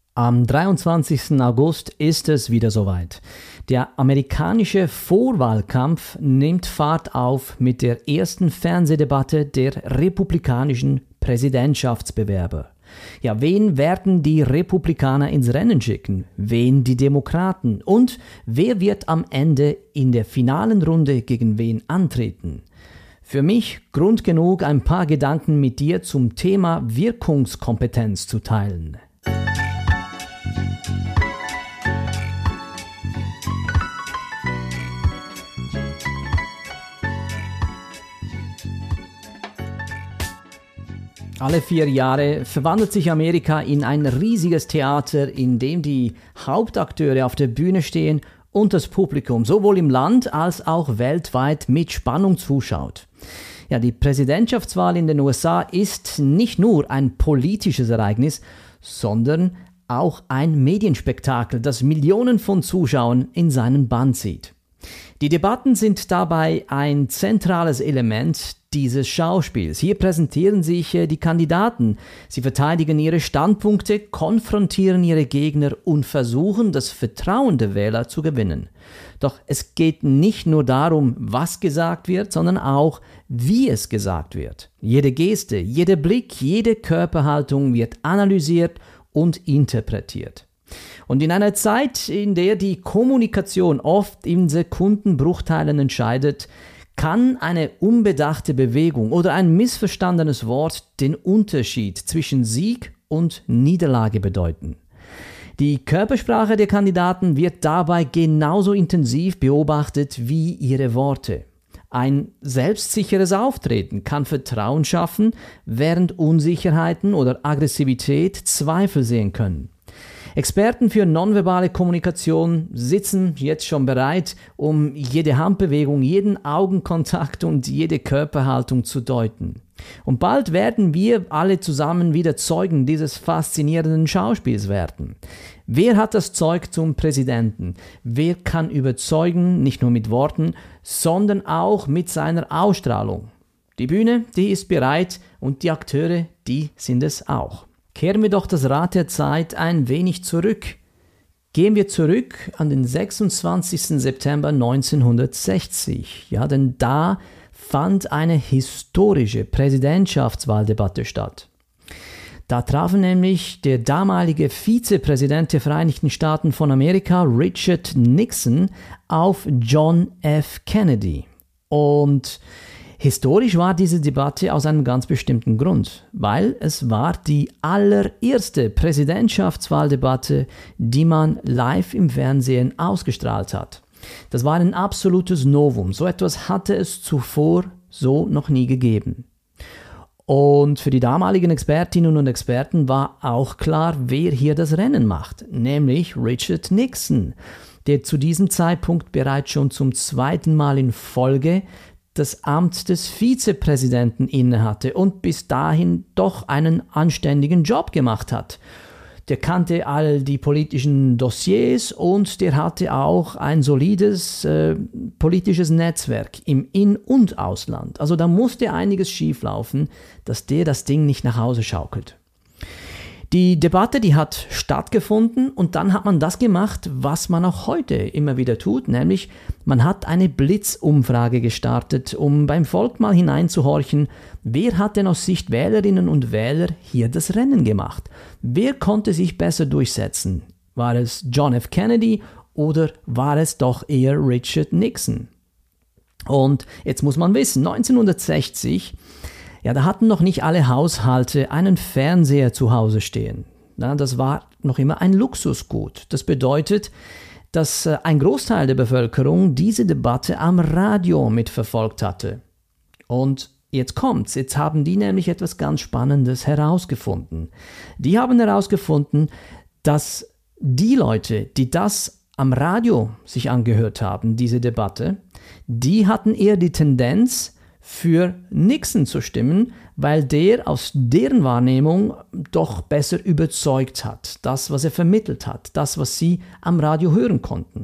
Am 23. August ist es wieder soweit. Der amerikanische Vorwahlkampf nimmt Fahrt auf mit der ersten Fernsehdebatte der republikanischen Präsidentschaftsbewerber. Ja, wen werden die Republikaner ins Rennen schicken? Wen die Demokraten? Und wer wird am Ende in der finalen Runde gegen wen antreten? Für mich Grund genug, ein paar Gedanken mit dir zum Thema Wirkungskompetenz zu teilen. Alle 4 Jahre verwandelt sich Amerika in ein riesiges Theater, in dem die Hauptakteure auf der Bühne stehen und das Publikum sowohl im Land als auch weltweit mit Spannung zuschaut. Ja, die Präsidentschaftswahl in den USA ist nicht nur ein politisches Ereignis, sondern auch ein Medienspektakel, das Millionen von Zuschauern in seinen Bann zieht. Die Debatten sind dabei ein zentrales Element dieses Schauspiels. Hier präsentieren sich die Kandidaten. Sie verteidigen ihre Standpunkte, konfrontieren ihre Gegner und versuchen, das Vertrauen der Wähler zu gewinnen. Doch es geht nicht nur darum, was gesagt wird, sondern auch, wie es gesagt wird. Jede Geste, jeder Blick, jede Körperhaltung wird analysiert und interpretiert. Und in einer Zeit, in der die Kommunikation oft in Sekundenbruchteilen entscheidet, kann eine unbedachte Bewegung oder ein missverstandenes Wort den Unterschied zwischen Sieg und Niederlage bedeuten. Die Körpersprache der Kandidaten wird dabei genauso intensiv beobachtet wie ihre Worte. Ein selbstsicheres Auftreten kann Vertrauen schaffen, während Unsicherheiten oder Aggressivität Zweifel sehen können. Experten für nonverbale Kommunikation sitzen jetzt schon bereit, um jede Handbewegung, jeden Augenkontakt und jede Körperhaltung zu deuten. Und bald werden wir alle zusammen wieder Zeugen dieses faszinierenden Schauspiels werden. Wer hat das Zeug zum Präsidenten? Wer kann überzeugen, nicht nur mit Worten, sondern auch mit seiner Ausstrahlung? Die Bühne, die ist bereit und die Akteure, die sind es auch. Kehren wir doch das Rad der Zeit ein wenig zurück. Gehen wir zurück an den 26. September 1960. Ja, denn da fand eine historische Präsidentschaftswahldebatte statt. Da trafen nämlich der damalige Vizepräsident der Vereinigten Staaten von Amerika, Richard Nixon, auf John F. Kennedy. Und historisch war diese Debatte aus einem ganz bestimmten Grund, weil es war die allererste Präsidentschaftswahldebatte, die man live im Fernsehen ausgestrahlt hat. Das war ein absolutes Novum. So etwas hatte es zuvor so noch nie gegeben. Und für die damaligen Expertinnen und Experten war auch klar, wer hier das Rennen macht, nämlich Richard Nixon, der zu diesem Zeitpunkt bereits schon zum 2. Mal in Folge das Amt des Vizepräsidenten innehatte und bis dahin doch einen anständigen Job gemacht hat. Der kannte all die politischen Dossiers und der hatte auch ein solides politisches Netzwerk im In- und Ausland. Also da musste einiges schieflaufen, dass der das Ding nicht nach Hause schaukelt. Die Debatte, die hat stattgefunden und dann hat man das gemacht, was man auch heute immer wieder tut, nämlich man hat eine Blitzumfrage gestartet, um beim Volk mal hineinzuhorchen, wer hat denn aus Sicht Wählerinnen und Wähler hier das Rennen gemacht? Wer konnte sich besser durchsetzen? War es John F. Kennedy oder war es doch eher Richard Nixon? Und jetzt muss man wissen, 1960, ja, da hatten noch nicht alle Haushalte einen Fernseher zu Hause stehen. Ja, das war noch immer ein Luxusgut. Das bedeutet, dass ein Großteil der Bevölkerung diese Debatte am Radio mitverfolgt hatte. Und jetzt kommt's, jetzt haben die nämlich etwas ganz Spannendes herausgefunden. Die haben herausgefunden, dass die Leute, die das am Radio sich angehört haben, diese Debatte, die hatten eher die Tendenz, für Nixon zu stimmen, weil der aus deren Wahrnehmung doch besser überzeugt hat. Das, was er vermittelt hat, das, was sie am Radio hören konnten.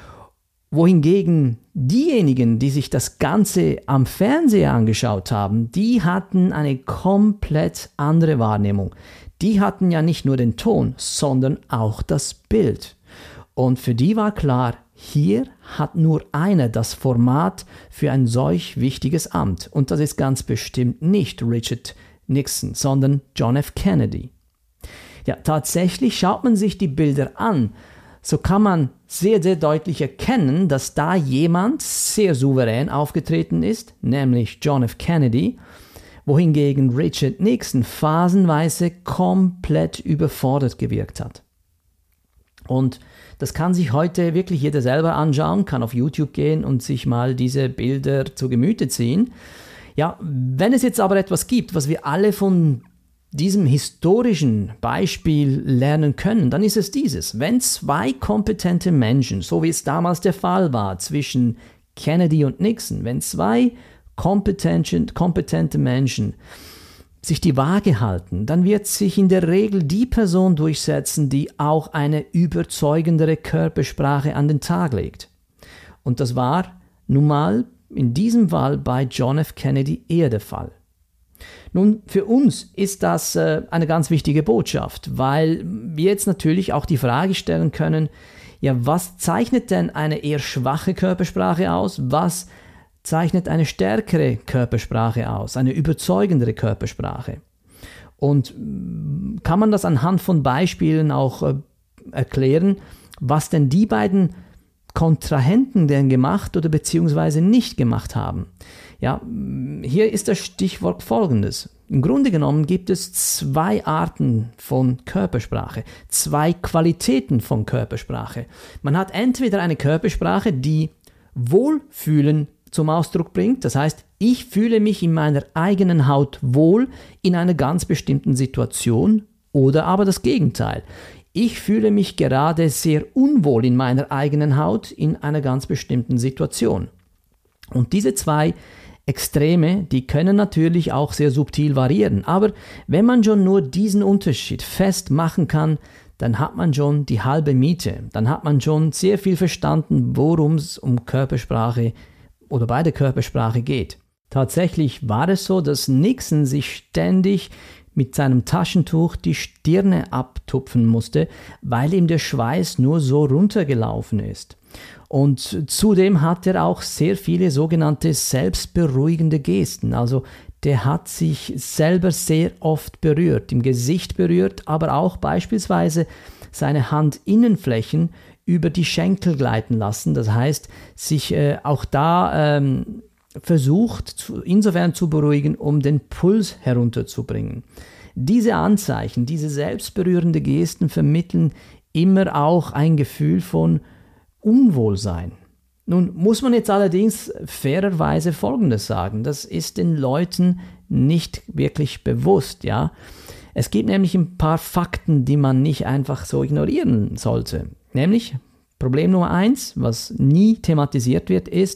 Wohingegen diejenigen, die sich das Ganze am Fernseher angeschaut haben, die hatten eine komplett andere Wahrnehmung. die hatten ja nicht nur den Ton, sondern auch das Bild. Und für die war klar, hier hat nur einer das Format für ein solch wichtiges Amt. Und das ist ganz bestimmt nicht Richard Nixon, sondern John F. Kennedy. Ja, tatsächlich schaut man sich die Bilder an, so kann man sehr, sehr deutlich erkennen, dass da jemand sehr souverän aufgetreten ist, nämlich John F. Kennedy, wohingegen Richard Nixon phasenweise komplett überfordert gewirkt hat. Und das kann sich heute wirklich jeder selber anschauen, kann auf YouTube gehen und sich mal diese Bilder zu Gemüte ziehen. Ja, wenn es jetzt aber etwas gibt, was wir alle von diesem historischen Beispiel lernen können, dann ist es dieses. Wenn zwei kompetente Menschen, so wie es damals der Fall war zwischen Kennedy und Nixon, wenn zwei kompetente Menschen sich die Waage halten, dann wird sich in der Regel die Person durchsetzen, die auch eine überzeugendere Körpersprache an den Tag legt. Und das war nun mal in diesem Fall bei John F. Kennedy eher der Fall. Nun, für uns ist das eine ganz wichtige Botschaft, weil wir jetzt natürlich auch die Frage stellen können, ja, was zeichnet denn eine eher schwache Körpersprache aus? Was zeichnet eine stärkere Körpersprache aus, eine überzeugendere Körpersprache? Und kann man das anhand von Beispielen auch erklären, was denn die beiden Kontrahenten denn gemacht oder beziehungsweise nicht gemacht haben? Ja, hier ist das Stichwort Folgendes. Im Grunde genommen gibt es zwei Arten von Körpersprache, zwei Qualitäten von Körpersprache. Man hat entweder eine Körpersprache, die Wohlfühlen zum Ausdruck bringt, das heißt, ich fühle mich in meiner eigenen Haut wohl in einer ganz bestimmten Situation, oder aber das Gegenteil. Ich fühle mich gerade sehr unwohl in meiner eigenen Haut in einer ganz bestimmten Situation. Und diese zwei Extreme, die können natürlich auch sehr subtil variieren, aber wenn man schon nur diesen Unterschied festmachen kann, dann hat man schon die halbe Miete, dann hat man schon sehr viel verstanden, worum es um Körpersprache oder bei der Körpersprache geht. Tatsächlich war es so, dass Nixon sich ständig mit seinem Taschentuch die Stirne abtupfen musste, weil ihm der Schweiß nur so runtergelaufen ist. Und zudem hat er auch sehr viele sogenannte selbstberuhigende Gesten. Also der hat sich selber sehr oft berührt, im Gesicht berührt, aber auch beispielsweise seine Handinnenflächen über die Schenkel gleiten lassen. Das heißt, sich auch da versucht, insofern zu beruhigen, um den Puls herunterzubringen. Diese Anzeichen, diese selbstberührende Gesten vermitteln immer auch ein Gefühl von Unwohlsein. Nun muss man jetzt allerdings fairerweise Folgendes sagen, das ist den Leuten nicht wirklich bewusst, ja. Es gibt nämlich ein paar Fakten, die man nicht einfach so ignorieren sollte. Nämlich, Problem Nummer 1, was nie thematisiert wird, ist,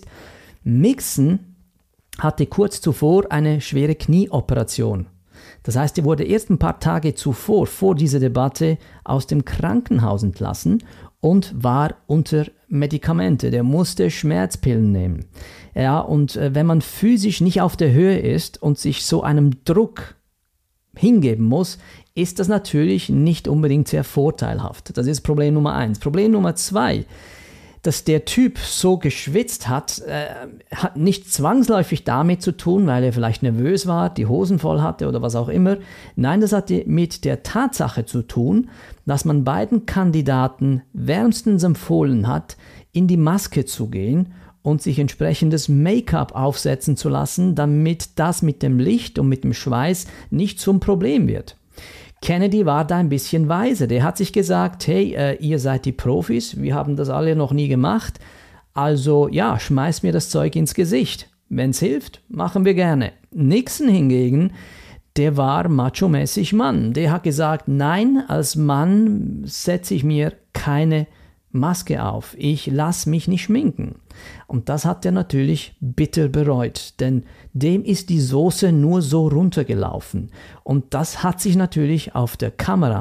Nixon hatte kurz zuvor eine schwere Knieoperation. Das heißt, er wurde erst ein paar Tage zuvor, vor dieser Debatte, aus dem Krankenhaus entlassen und war unter Medikamente. Der musste Schmerzpillen nehmen. Ja, und wenn man physisch nicht auf der Höhe ist und sich so einem Druck hingeben muss, ist das natürlich nicht unbedingt sehr vorteilhaft. Das ist Problem Nummer 1. Problem Nummer 2, dass der Typ so geschwitzt hat, hat nicht zwangsläufig damit zu tun, weil er vielleicht nervös war, die Hosen voll hatte oder was auch immer. Nein, das hatte mit der Tatsache zu tun, dass man beiden Kandidaten wärmstens empfohlen hat, in die Maske zu gehen und sich entsprechendes Make-up aufsetzen zu lassen, damit das mit dem Licht und mit dem Schweiß nicht zum Problem wird. Kennedy war da ein bisschen weise. Der hat sich gesagt, hey, ihr seid die Profis, wir haben das alle noch nie gemacht, also ja, schmeißt mir das Zeug ins Gesicht. Wenn es hilft, machen wir gerne. Nixon hingegen, der war macho-mäßig Mann. Der hat gesagt, nein, als Mann setze ich mir keine Maske auf. Ich lasse mich nicht schminken. Und das hat er natürlich bitter bereut, denn dem ist die Soße nur so runtergelaufen. Und das hat sich natürlich auf der Kamera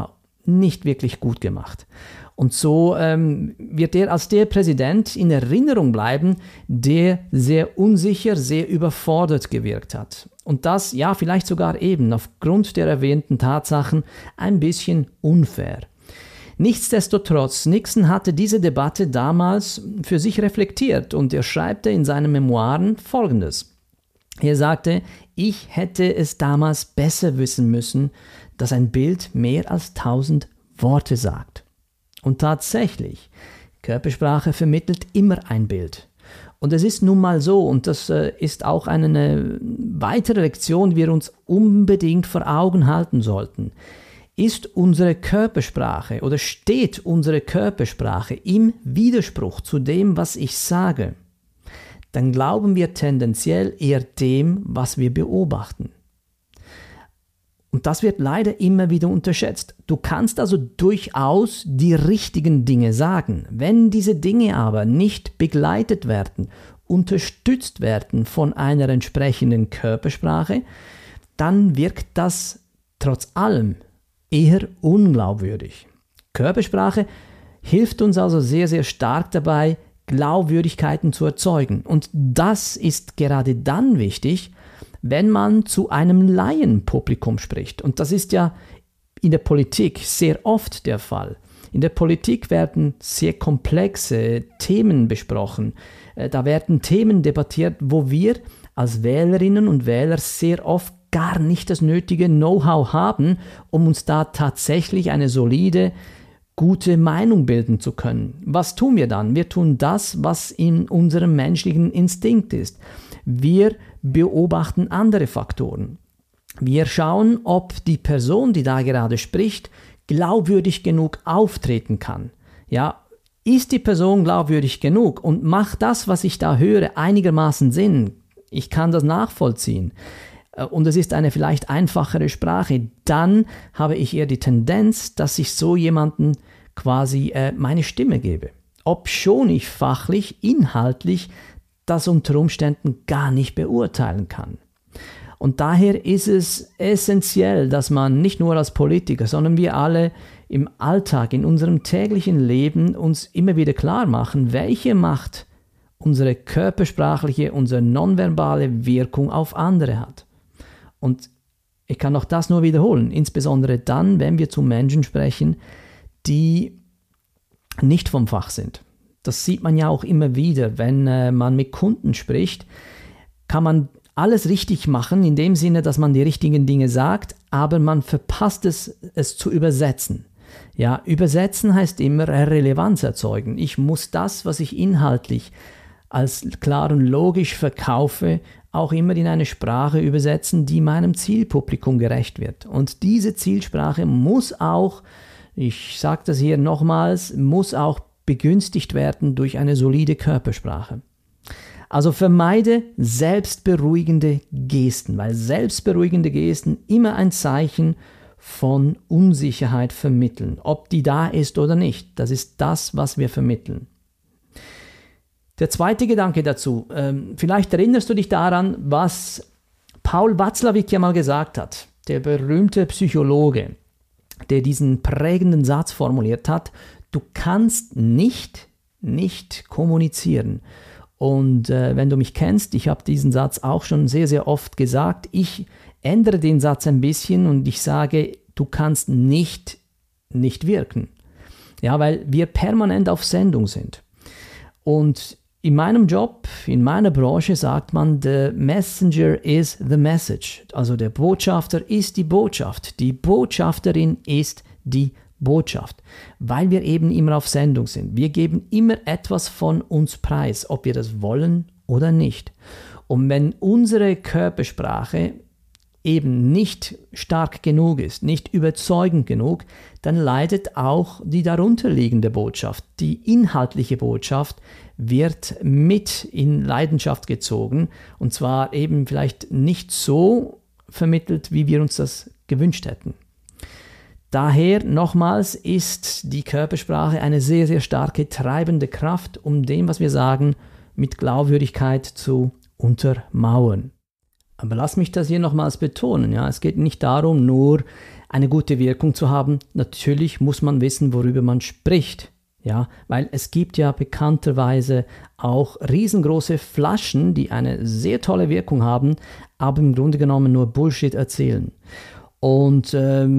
nicht wirklich gut gemacht. Und so wird er als der Präsident in Erinnerung bleiben, der sehr unsicher, sehr überfordert gewirkt hat. Und das, ja, vielleicht sogar eben aufgrund der erwähnten Tatsachen ein bisschen unfair. Nichtsdestotrotz, Nixon hatte diese Debatte damals für sich reflektiert und er schreibt in seinen Memoiren Folgendes. Er sagte, ich hätte es damals besser wissen müssen, dass ein Bild mehr als 1000 Worte sagt. Und tatsächlich, Körpersprache vermittelt immer ein Bild. Und es ist nun mal so, und das ist auch eine weitere Lektion, die wir uns unbedingt vor Augen halten sollten. Ist unsere Körpersprache oder steht unsere Körpersprache im Widerspruch zu dem, was ich sage, dann glauben wir tendenziell eher dem, was wir beobachten. Und das wird leider immer wieder unterschätzt. Du kannst also durchaus die richtigen Dinge sagen. Wenn diese Dinge aber nicht begleitet werden, unterstützt werden von einer entsprechenden Körpersprache, dann wirkt das trotz allem eher unglaubwürdig. Körpersprache hilft uns also sehr, sehr stark dabei, Glaubwürdigkeiten zu erzeugen. Und das ist gerade dann wichtig, wenn man zu einem Laienpublikum spricht. Und das ist ja in der Politik sehr oft der Fall. In der Politik werden sehr komplexe Themen besprochen. Da werden Themen debattiert, wo wir als Wählerinnen und Wähler sehr oft gar nicht das nötige Know-how haben, um uns da tatsächlich eine solide, gute Meinung bilden zu können. Was tun wir dann? Wir tun das, was in unserem menschlichen Instinkt ist. Wir beobachten andere Faktoren. Wir schauen, ob die Person, die da gerade spricht, glaubwürdig genug auftreten kann. Ja, ist die Person glaubwürdig genug und macht das, was ich da höre, einigermaßen Sinn? Ich kann das nachvollziehen. Und es ist eine vielleicht einfachere Sprache, dann habe ich eher die Tendenz, dass ich so jemanden quasi meine Stimme gebe. Obschon ich fachlich, inhaltlich das unter Umständen gar nicht beurteilen kann. Und daher ist es essentiell, dass man nicht nur als Politiker, sondern wir alle im Alltag, in unserem täglichen Leben uns immer wieder klar machen, welche Macht unsere körpersprachliche, unsere nonverbale Wirkung auf andere hat. Und ich kann auch das nur wiederholen, insbesondere dann, wenn wir zu Menschen sprechen, die nicht vom Fach sind. Das sieht man ja auch immer wieder, wenn man mit Kunden spricht, kann man alles richtig machen, in dem Sinne, dass man die richtigen Dinge sagt, aber man verpasst es zu übersetzen. Ja, übersetzen heißt immer Relevanz erzeugen. Ich muss das, was ich inhaltlich als klar und logisch verkaufe, auch immer in eine Sprache übersetzen, die meinem Zielpublikum gerecht wird. Und diese Zielsprache muss auch, ich sage das hier nochmals, muss auch begünstigt werden durch eine solide Körpersprache. Also vermeide selbstberuhigende Gesten, weil selbstberuhigende Gesten immer ein Zeichen von Unsicherheit vermitteln. Ob die da ist oder nicht, das ist das, was wir vermitteln. Der zweite Gedanke dazu, vielleicht erinnerst du dich daran, was Paul Watzlawick ja mal gesagt hat, der berühmte Psychologe, der diesen prägenden Satz formuliert hat: Du kannst nicht kommunizieren. Und wenn du mich kennst, ich habe diesen Satz auch schon sehr, sehr oft gesagt. Ich ändere den Satz ein bisschen und ich sage, du kannst nicht wirken. Ja, weil wir permanent auf Sendung sind. Und in meinem Job, in meiner Branche sagt man, the messenger is the message. Also der Botschafter ist die Botschaft. Die Botschafterin ist die Botschaft, weil wir eben immer auf Sendung sind. Wir geben immer etwas von uns preis, ob wir das wollen oder nicht. Und wenn unsere Körpersprache eben nicht stark genug ist, nicht überzeugend genug, dann leidet auch die darunterliegende Botschaft. Die inhaltliche Botschaft wird mit in Leidenschaft gezogen und zwar eben vielleicht nicht so vermittelt, wie wir uns das gewünscht hätten. Daher nochmals ist die Körpersprache eine sehr, sehr starke treibende Kraft, um dem, was wir sagen, mit Glaubwürdigkeit zu untermauern. Aber lass mich das hier nochmals betonen. Ja, es geht nicht darum, nur eine gute Wirkung zu haben, natürlich muss man wissen, worüber man spricht. Ja, weil es gibt ja bekannterweise auch riesengroße Flaschen, die eine sehr tolle Wirkung haben, aber im Grunde genommen nur Bullshit erzählen. Und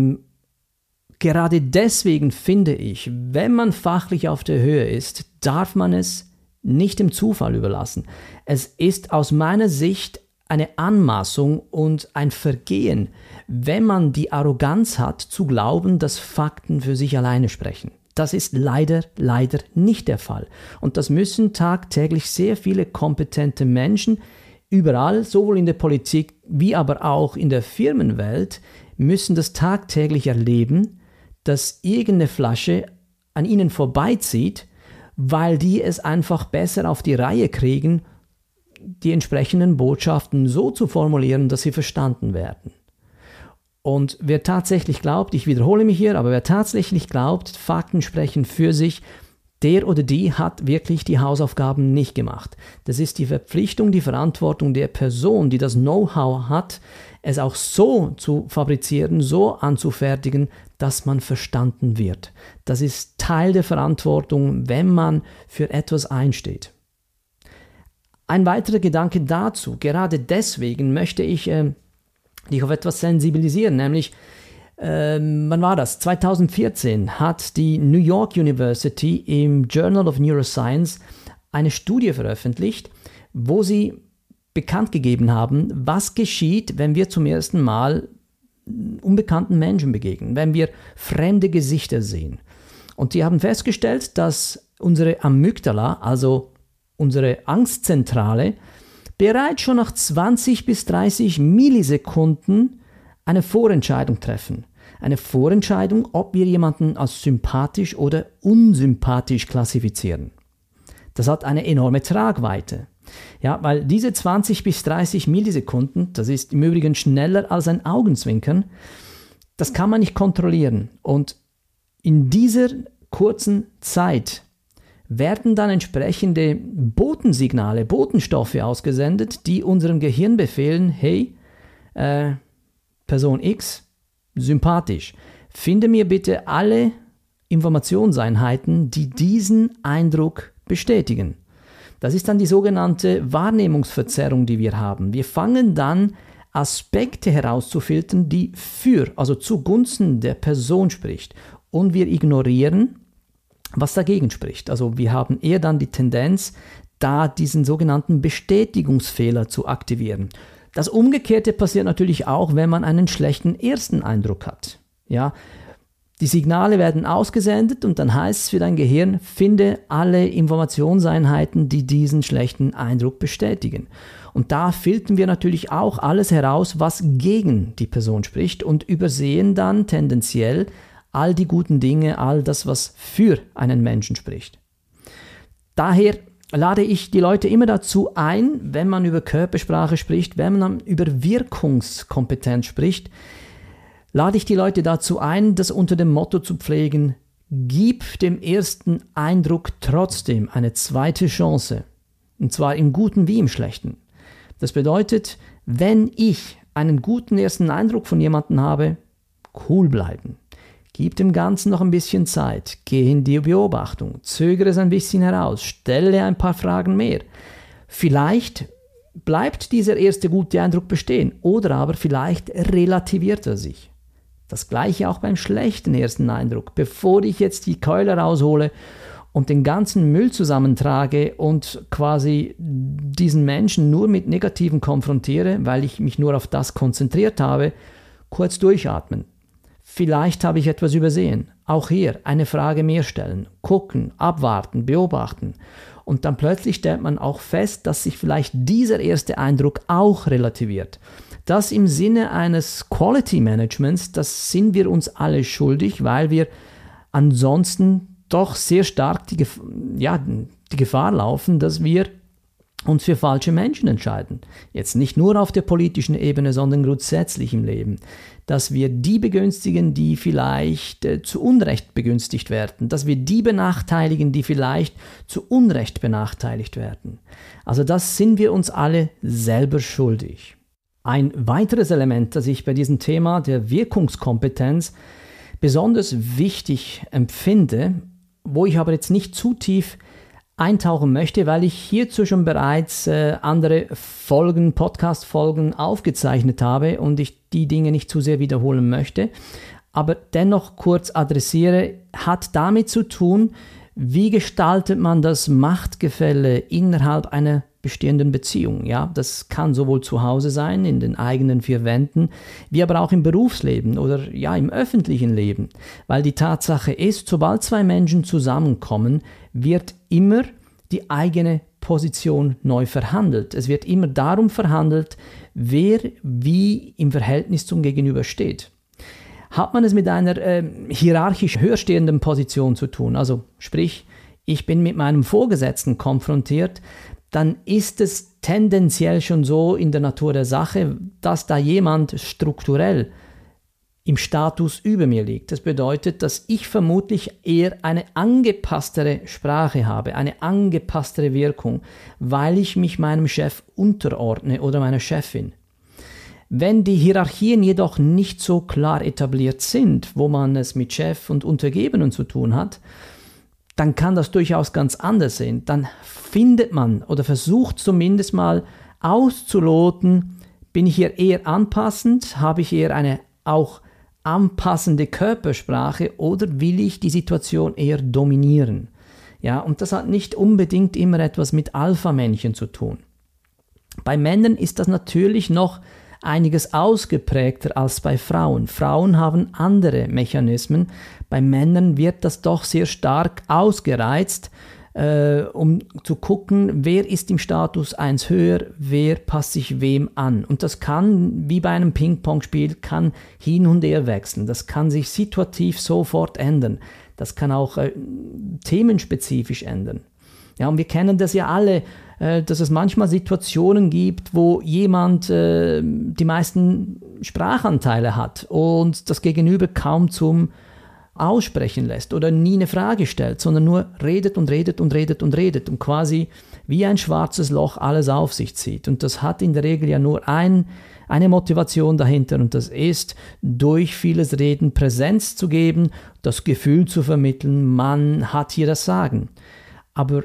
gerade deswegen finde ich, wenn man fachlich auf der Höhe ist, darf man es nicht dem Zufall überlassen. Es ist aus meiner Sicht eine Anmaßung und ein Vergehen, wenn man die Arroganz hat, zu glauben, dass Fakten für sich alleine sprechen. Das ist leider nicht der Fall. Und das müssen tagtäglich sehr viele kompetente Menschen überall, sowohl in der Politik wie aber auch in der Firmenwelt, müssen das tagtäglich erleben, dass irgendeine Flasche an ihnen vorbeizieht, weil die es einfach besser auf die Reihe kriegen, die entsprechenden Botschaften so zu formulieren, dass sie verstanden werden. Und wer tatsächlich glaubt, ich wiederhole mich hier, aber wer tatsächlich glaubt, Fakten sprechen für sich, der oder die hat wirklich die Hausaufgaben nicht gemacht. Das ist die Verpflichtung, die Verantwortung der Person, die das Know-how hat, es auch so zu fabrizieren, so anzufertigen, dass man verstanden wird. Das ist Teil der Verantwortung, wenn man für etwas einsteht. Ein weiterer Gedanke dazu, gerade deswegen möchte ich dich auf etwas sensibilisieren, nämlich, wann war das? 2014 hat die New York University im Journal of Neuroscience eine Studie veröffentlicht, wo sie bekannt gegeben haben, was geschieht, wenn wir zum ersten Mal unbekannten Menschen begegnen, wenn wir fremde Gesichter sehen. Und die haben festgestellt, dass unsere Amygdala, also unsere Angstzentrale, bereits schon nach 20 bis 30 Millisekunden eine Vorentscheidung treffen. Eine Vorentscheidung, ob wir jemanden als sympathisch oder unsympathisch klassifizieren. Das hat eine enorme Tragweite. Ja, weil diese 20 bis 30 Millisekunden, das ist im Übrigen schneller als ein Augenzwinkern, das kann man nicht kontrollieren. Und in dieser kurzen Zeit werden dann entsprechende Botensignale, Botenstoffe ausgesendet, die unserem Gehirn befehlen, hey, Person X, sympathisch, finde mir bitte alle Informationseinheiten, die diesen Eindruck bestätigen. Das ist dann die sogenannte Wahrnehmungsverzerrung, die wir haben. Wir fangen dann Aspekte herauszufiltern, die also zugunsten der Person spricht. Und wir ignorieren, was dagegen spricht. Also wir haben eher dann die Tendenz, da diesen sogenannten Bestätigungsfehler zu aktivieren. Das Umgekehrte passiert natürlich auch, wenn man einen schlechten ersten Eindruck hat. Ja, die Signale werden ausgesendet und dann heißt es für dein Gehirn, finde alle Informationseinheiten, die diesen schlechten Eindruck bestätigen. Und da filtern wir natürlich auch alles heraus, was gegen die Person spricht und übersehen dann tendenziell all die guten Dinge, all das, was für einen Menschen spricht. Daher lade ich die Leute immer dazu ein, wenn man über Körpersprache spricht, wenn man über Wirkungskompetenz spricht, lade ich die Leute dazu ein, das unter dem Motto zu pflegen, gib dem ersten Eindruck trotzdem eine zweite Chance. Und zwar im Guten wie im Schlechten. Das bedeutet, wenn ich einen guten ersten Eindruck von jemandem habe, cool bleiben. Gib dem Ganzen noch ein bisschen Zeit, geh in die Beobachtung, zögere es ein bisschen heraus, stelle ein paar Fragen mehr. Vielleicht bleibt dieser erste gute Eindruck bestehen oder aber vielleicht relativiert er sich. Das gleiche auch beim schlechten ersten Eindruck. Bevor ich jetzt die Keule raushole und den ganzen Müll zusammentrage und quasi diesen Menschen nur mit Negativen konfrontiere, weil ich mich nur auf das konzentriert habe, kurz durchatmen. Vielleicht habe ich etwas übersehen. Auch hier eine Frage mehr stellen, gucken, abwarten, beobachten. Und dann plötzlich stellt man auch fest, dass sich vielleicht dieser erste Eindruck auch relativiert. Das im Sinne eines Quality Managements, das sind wir uns alle schuldig, weil wir ansonsten doch sehr stark die Gefahr laufen, dass wir uns für falsche Menschen entscheiden. Jetzt nicht nur auf der politischen Ebene, sondern grundsätzlich im Leben. Dass wir die begünstigen, die vielleicht zu Unrecht begünstigt werden. Dass wir die benachteiligen, die vielleicht zu Unrecht benachteiligt werden. Also das sind wir uns alle selber schuldig. Ein weiteres Element, das ich bei diesem Thema der Wirkungskompetenz besonders wichtig empfinde, wo ich aber jetzt nicht zu tief eintauchen möchte, weil ich hierzu schon bereits andere Folgen, Podcast-Folgen aufgezeichnet habe und ich die Dinge nicht zu sehr wiederholen möchte, aber dennoch kurz adressiere, hat damit zu tun, wie gestaltet man das Machtgefälle innerhalb einer bestehenden Beziehung. Ja, das kann sowohl zu Hause sein, in den eigenen vier Wänden, wie aber auch im Berufsleben oder ja im öffentlichen Leben. Weil die Tatsache ist, sobald zwei Menschen zusammenkommen, wird immer die eigene Position neu verhandelt. Es wird immer darum verhandelt, wer wie im Verhältnis zum Gegenüber steht. Hat man es mit einer hierarchisch höher stehenden Position zu tun, also sprich, ich bin mit meinem Vorgesetzten konfrontiert, dann ist es tendenziell schon so in der Natur der Sache, dass da jemand strukturell im Status über mir liegt. Das bedeutet, dass ich vermutlich eher eine angepasstere Sprache habe, eine angepasstere Wirkung, weil ich mich meinem Chef unterordne oder meiner Chefin. Wenn die Hierarchien jedoch nicht so klar etabliert sind, wo man es mit Chef und Untergebenen zu tun hat, dann kann das durchaus ganz anders sein. Dann findet man oder versucht zumindest mal auszuloten, bin ich hier eher anpassend, habe ich eher eine auch anpassende Körpersprache oder will ich die Situation eher dominieren? Ja, und das hat nicht unbedingt immer etwas mit Alpha-Männchen zu tun. Bei Männern ist das natürlich noch einiges ausgeprägter als bei Frauen. Frauen haben andere Mechanismen. Bei Männern wird das doch sehr stark ausgereizt, um zu gucken, wer ist im Status 1 höher, wer passt sich wem an. Und das kann, wie bei einem Ping-Pong-Spiel, kann hin und her wechseln. Das kann sich situativ sofort ändern. Das kann auch themenspezifisch ändern. Ja, und wir kennen das ja alle, dass es manchmal Situationen gibt, wo jemand die meisten Sprachanteile hat und das Gegenüber kaum zum Aussprechen lässt oder nie eine Frage stellt, sondern nur redet und redet und redet und redet und quasi wie ein schwarzes Loch alles auf sich zieht. Und das hat in der Regel ja nur eine Motivation dahinter und das ist, durch vieles Reden Präsenz zu geben, das Gefühl zu vermitteln, man hat hier das Sagen. Aber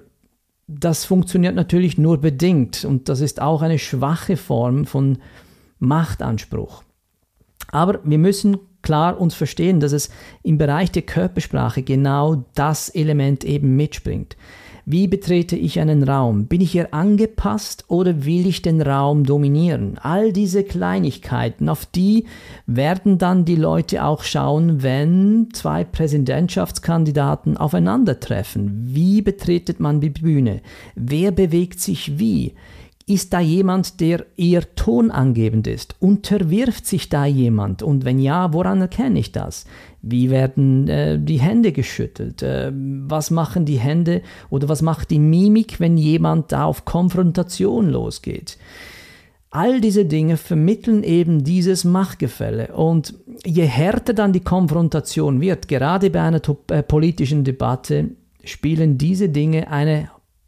das funktioniert natürlich nur bedingt und das ist auch eine schwache Form von Machtanspruch. Aber wir müssen klar uns verstehen, dass es im Bereich der Körpersprache genau das Element eben mitspringt. Wie betrete ich einen Raum? Bin ich hier angepasst oder will ich den Raum dominieren? All diese Kleinigkeiten, auf die werden dann die Leute auch schauen, wenn zwei Präsidentschaftskandidaten aufeinandertreffen. Wie betretet man die Bühne? Wer bewegt sich wie? Ist da jemand, der eher tonangebend ist? Unterwirft sich da jemand? Und wenn ja, woran erkenne ich das? Wie werden die Hände geschüttelt? Was machen die Hände oder was macht die Mimik, wenn jemand da auf Konfrontation losgeht? All diese Dinge vermitteln eben dieses Machtgefälle. Und je härter dann die Konfrontation wird, gerade bei einer politischen Debatte, spielen diese Dinge eine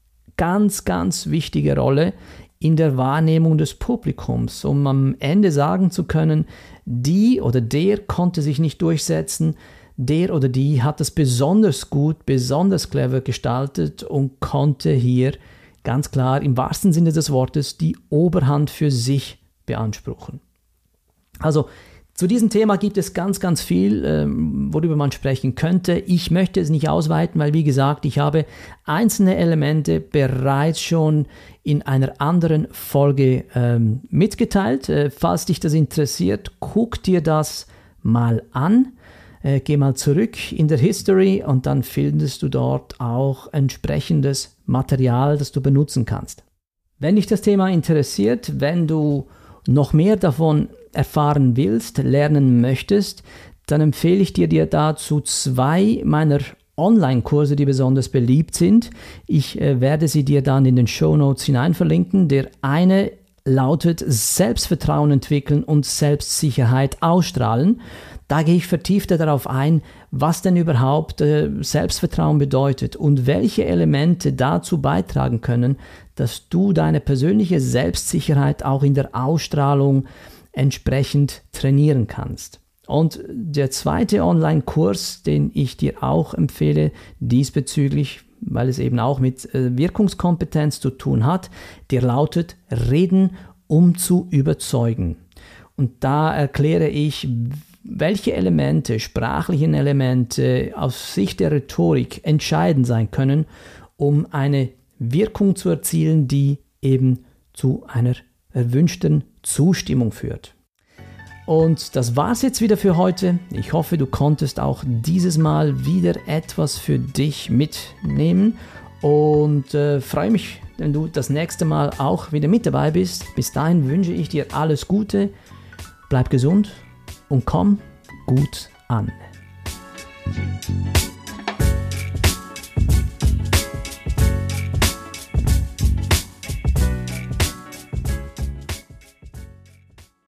ganz, ganz wichtige Rolle in der Wahrnehmung des Publikums, um am Ende sagen zu können, die oder der konnte sich nicht durchsetzen, der oder die hat es besonders gut, besonders clever gestaltet und konnte hier ganz klar im wahrsten Sinne des Wortes die Oberhand für sich beanspruchen. Also zu diesem Thema gibt es ganz, ganz viel, worüber man sprechen könnte. Ich möchte es nicht ausweiten, weil, wie gesagt, ich habe einzelne Elemente bereits schon in einer anderen Folge mitgeteilt. Falls dich das interessiert, guck dir das mal an. Geh mal zurück in der History und dann findest du dort auch entsprechendes Material, das du benutzen kannst. Wenn dich das Thema interessiert, wenn du noch mehr davon erfahren willst, lernen möchtest, dann empfehle ich dir dazu 2 meiner Online-Kurse, die besonders beliebt sind. Ich werde sie dir dann in den Shownotes hinein verlinken. Der eine lautet Selbstvertrauen entwickeln und Selbstsicherheit ausstrahlen. Da gehe ich vertiefter darauf ein, was denn überhaupt Selbstvertrauen bedeutet und welche Elemente dazu beitragen können, dass du deine persönliche Selbstsicherheit auch in der Ausstrahlung entsprechend trainieren kannst. Und der zweite Online-Kurs, den ich dir auch empfehle, diesbezüglich, weil es eben auch mit Wirkungskompetenz zu tun hat, der lautet Reden, um zu überzeugen. Und da erkläre ich, welche Elemente, sprachlichen Elemente aus Sicht der Rhetorik entscheidend sein können, um eine Wirkung zu erzielen, die eben zu einer erwünschten Zustimmung führt. Und das war's jetzt wieder für heute. Ich hoffe, du konntest auch dieses Mal wieder etwas für dich mitnehmen und freue mich, wenn du das nächste Mal auch wieder mit dabei bist. Bis dahin wünsche ich dir alles Gute, bleib gesund und komm gut an.